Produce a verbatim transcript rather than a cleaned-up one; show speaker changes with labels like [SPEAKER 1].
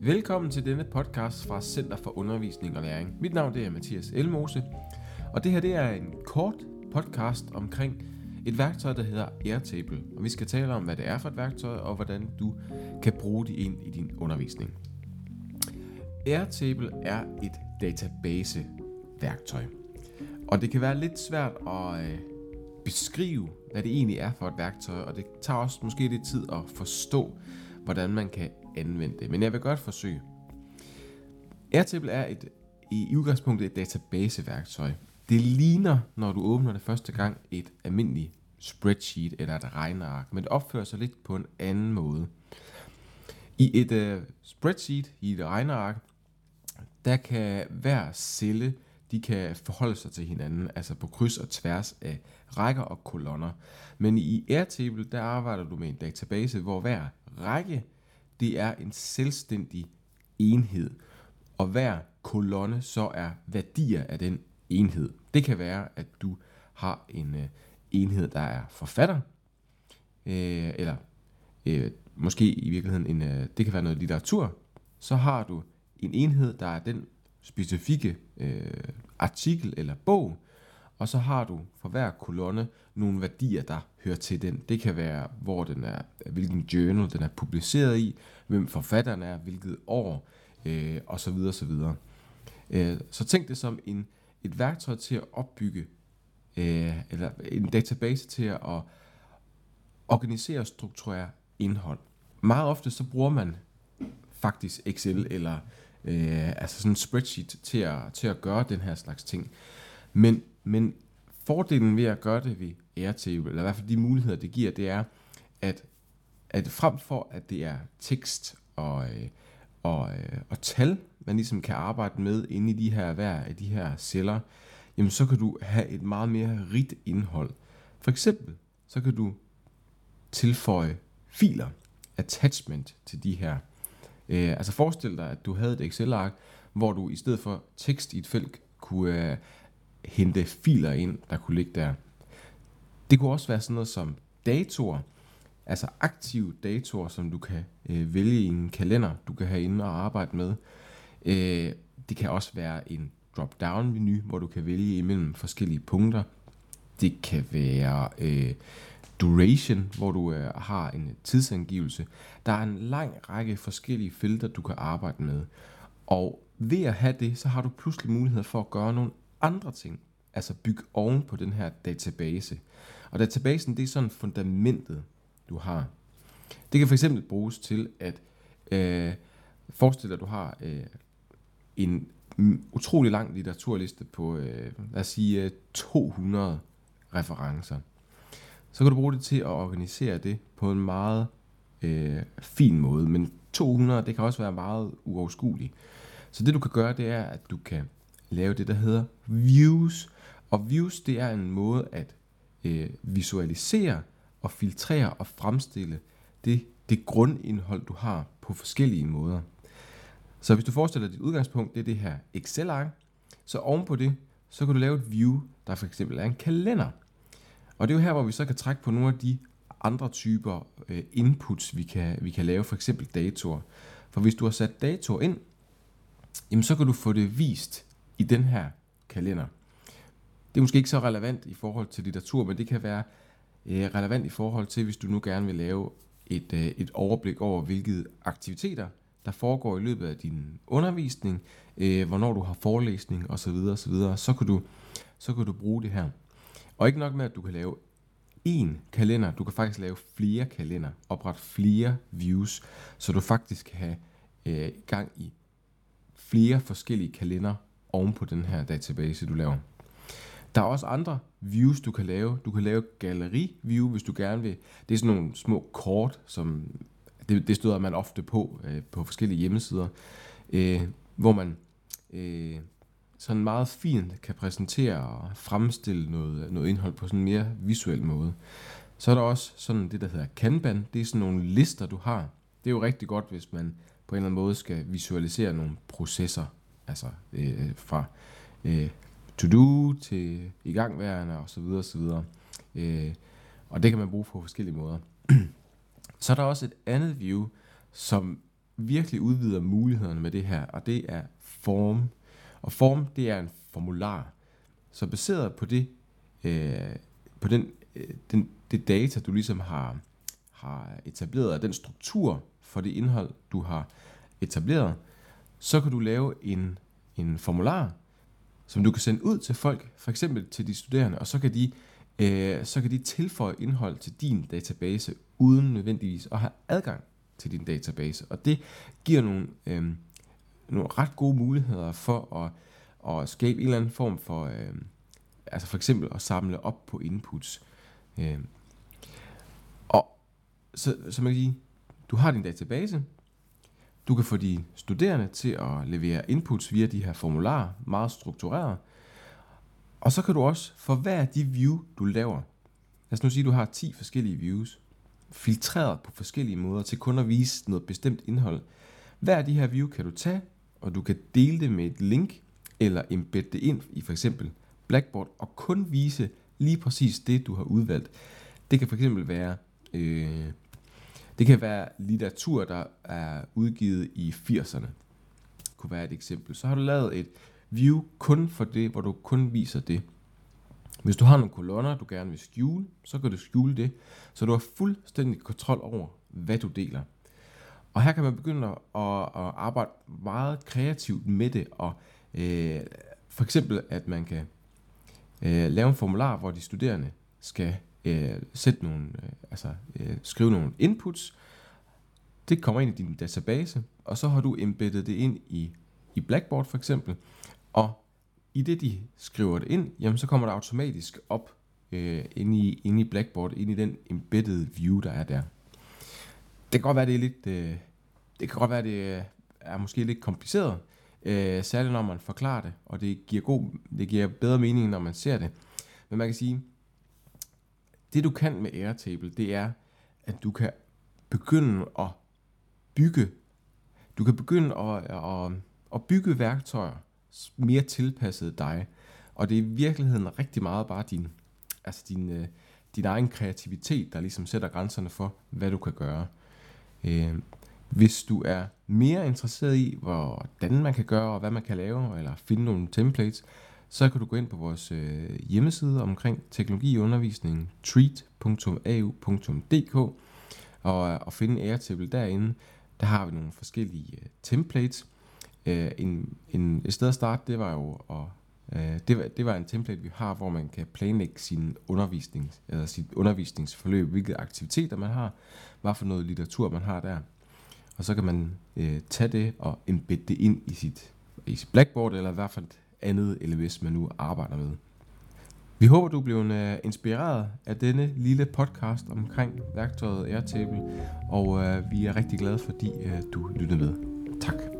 [SPEAKER 1] Velkommen til denne podcast fra Center for Undervisning og Læring. Mit navn det er Mathias Elmose, og det her det er en kort podcast omkring et værktøj, der hedder Airtable. Og vi skal tale om, hvad det er for et værktøj, og hvordan du kan bruge det ind i din undervisning. Airtable er et database-værktøj, og det kan være lidt svært at øh, beskrive, hvad det egentlig er for et værktøj, og det tager også måske lidt tid at forstå, hvordan man kan anvende det. Men jeg vil godt forsøge. Airtable er et, i udgangspunktet et database-værktøj. Det ligner, når du åbner det første gang, et almindeligt spreadsheet eller et regneark, men det opfører sig lidt på en anden måde. I et uh, spreadsheet, i et regneark, der kan hver celle, de kan forholde sig til hinanden, altså på kryds og tværs af rækker og kolonner. Men i Airtable, der arbejder du med en database, hvor hver række, det er en selvstændig enhed, og hver kolonne så er værdier af den enhed. Det kan være, at du har en øh, enhed, der er forfatter, øh, eller øh, måske i virkeligheden, en, øh, det kan være noget litteratur. Så har du en enhed, der er den specifikke øh, artikel eller bog, og så har du for hver kolonne nogle værdier, der hører til den. Det kan være, hvor den er, hvilken journal den er publiceret i, hvem forfatteren er, hvilket år, øh, og så videre, så videre. Øh, så tænk det som en, et værktøj til at opbygge, øh, eller en database til at organisere og strukturere indhold. Meget ofte så bruger man faktisk Excel eller øh, altså sådan en spreadsheet til at, til at gøre den her slags ting. Men, men fordelen ved at gøre det ved Airtable, eller i hvert fald de muligheder, det giver, det er, at, at frem for, at det er tekst og, øh, og, øh, og tal, man ligesom kan arbejde med inde i de her, hver af de her celler, jamen så kan du have et meget mere rigt indhold. For eksempel, så kan du tilføje filer, attachment til de her. Øh, altså forestil dig, at du havde et Excel-ark, hvor du i stedet for tekst i et felt kunne øh, hente filer ind, der kunne ligge der. Det kunne også være sådan noget som datoer, altså aktive datoer, som du kan øh, vælge i en kalender, du kan have inde og arbejde med. Øh, det kan også være en drop-down-menu, hvor du kan vælge imellem forskellige punkter. Det kan være øh, duration, hvor du øh, har en tidsangivelse. Der er en lang række forskellige felter, du kan arbejde med. Og ved at have det, så har du pludselig mulighed for at gøre nogle andre ting. Altså bygge oven på den her database. Og databasen, det er sådan fundamentet, du har. Det kan for eksempel bruges til at øh, forestille dig, at du har øh, en utrolig lang litteraturliste på, øh, lad os sige, øh, to hundrede referencer. Så kan du bruge det til at organisere det på en meget øh, fin måde. Men to hundrede, det kan også være meget uoverskueligt. Så det du kan gøre, det er, at du kan lave det, der hedder views. Og views, det er en måde at øh, visualisere og filtrere og fremstille det, det grundindhold, du har på forskellige måder. Så hvis du forestiller dig, dit udgangspunkt, det er det her Excel-ark, så ovenpå det, så kan du lave et view, der for eksempel er en kalender. Og det er jo her, hvor vi så kan trække på nogle af de andre typer øh, inputs, vi kan, vi kan lave, for eksempel datoer. For hvis du har sat datoer ind, jamen så kan du få det vist i den her kalender. Det er måske ikke så relevant i forhold til litteratur, men det kan være øh, relevant i forhold til, hvis du nu gerne vil lave et, øh, et overblik over, hvilke aktiviteter, der foregår i løbet af din undervisning, øh, hvornår du har forelæsning osv. osv. Så kan du, så kan du bruge det her. Og ikke nok med, at du kan lave én kalender, du kan faktisk lave flere kalender, oprette flere views, så du faktisk kan have øh, gang i flere forskellige kalender oven på den her database, du laver. Der er også andre views, du kan lave. Du kan lave galleri-view, hvis du gerne vil. Det er sådan nogle små kort, som det, det støder man ofte på øh, på forskellige hjemmesider, øh, hvor man øh, sådan meget fint kan præsentere og fremstille noget, noget indhold på sådan en mere visuel måde. Så er der også sådan det, der hedder Kanban. Det er sådan nogle lister, du har. Det er jo rigtig godt, hvis man på en eller anden måde skal visualisere nogle processer, altså øh, fra øh, to-do til igangværende og så videre, så videre. Øh, og det kan man bruge på forskellige måder. Så er der også et andet view, som virkelig udvider mulighederne med det her, og det er form. Og form, det er en formular. Så baseret på det, øh, på den, øh, den, det data, du ligesom har, har etableret, og den struktur for det indhold, du har etableret, så kan du lave en, en formular, som du kan sende ud til folk, for eksempel til de studerende, og så kan de, øh, så kan de tilføje indhold til din database, uden nødvendigvis at have adgang til din database. Og det giver nogle, øh, nogle ret gode muligheder for at, at skabe en eller anden form for, øh, altså for eksempel at samle op på inputs. Øh, og så, så man kan sige, du har din database, du kan få de studerende til at levere inputs via de her formularer, meget struktureret. Og så kan du også, for hver af de view, du laver, lad os nu sige, at du har ti forskellige views, filtreret på forskellige måder til kun at vise noget bestemt indhold. Hver af de her view kan du tage, og du kan dele det med et link, eller embedde det ind i for eksempel Blackboard, og kun vise lige præcis det, du har udvalgt. Det kan for eksempel være... Øh, Det kan være litteratur, der er udgivet i firserne. Det kunne være et eksempel. Så har du lavet et view kun for det, hvor du kun viser det. Hvis du har nogle kolonner, du gerne vil skjule, så kan du skjule det, så du har fuldstændig kontrol over, hvad du deler. Og her kan man begynde at, at arbejde meget kreativt med det, og øh, for eksempel, at man kan øh, lave en formular, hvor de studerende skal øh, sætte nogle, øh, altså øh, skrive nogle inputs. Det kommer ind i din database, og så har du embeddet det ind i, i Blackboard for eksempel, og i det de skriver det ind, jamen så kommer det automatisk op øh, inde, i, inde i Blackboard, inde i den embedded view, der er der. Det kan godt være, det er lidt, øh, det kan godt være, det er måske lidt kompliceret, øh, særligt når man forklarer det, og det giver, god, det giver bedre mening, når man ser det. Men man kan sige, det du kan med Airtable, det er, at du kan begynde at bygge, du kan begynde at, at, at bygge værktøjer mere tilpasset dig, og det er i virkeligheden rigtig meget bare din, altså din, din egen kreativitet, der ligesom sætter grænserne for, hvad du kan gøre. Hvis du er mere interesseret i, hvordan man kan gøre, og hvad man kan lave, eller finde nogle templates, så kan du gå ind på vores øh, hjemmeside omkring teknologi i undervisningen, treat punktum a u punktum d k, og, og finde Airtable derinde. Der har vi nogle forskellige øh, templates. Øh, en, en, et sted at starte, det var jo, og, øh, det, var, det var en template, vi har, hvor man kan planlægge sin undervisning, eller sit undervisningsforløb, hvilke aktiviteter man har, hvad for noget litteratur man har der. Og så kan man øh, tage det og embedde det ind i sit, i sit Blackboard, eller i hvert fald andet L M S, man nu arbejder med. Vi håber, du blev uh, inspireret af denne lille podcast omkring værktøjet Airtable, og uh, vi er rigtig glade, fordi uh, du lyttede med. Tak.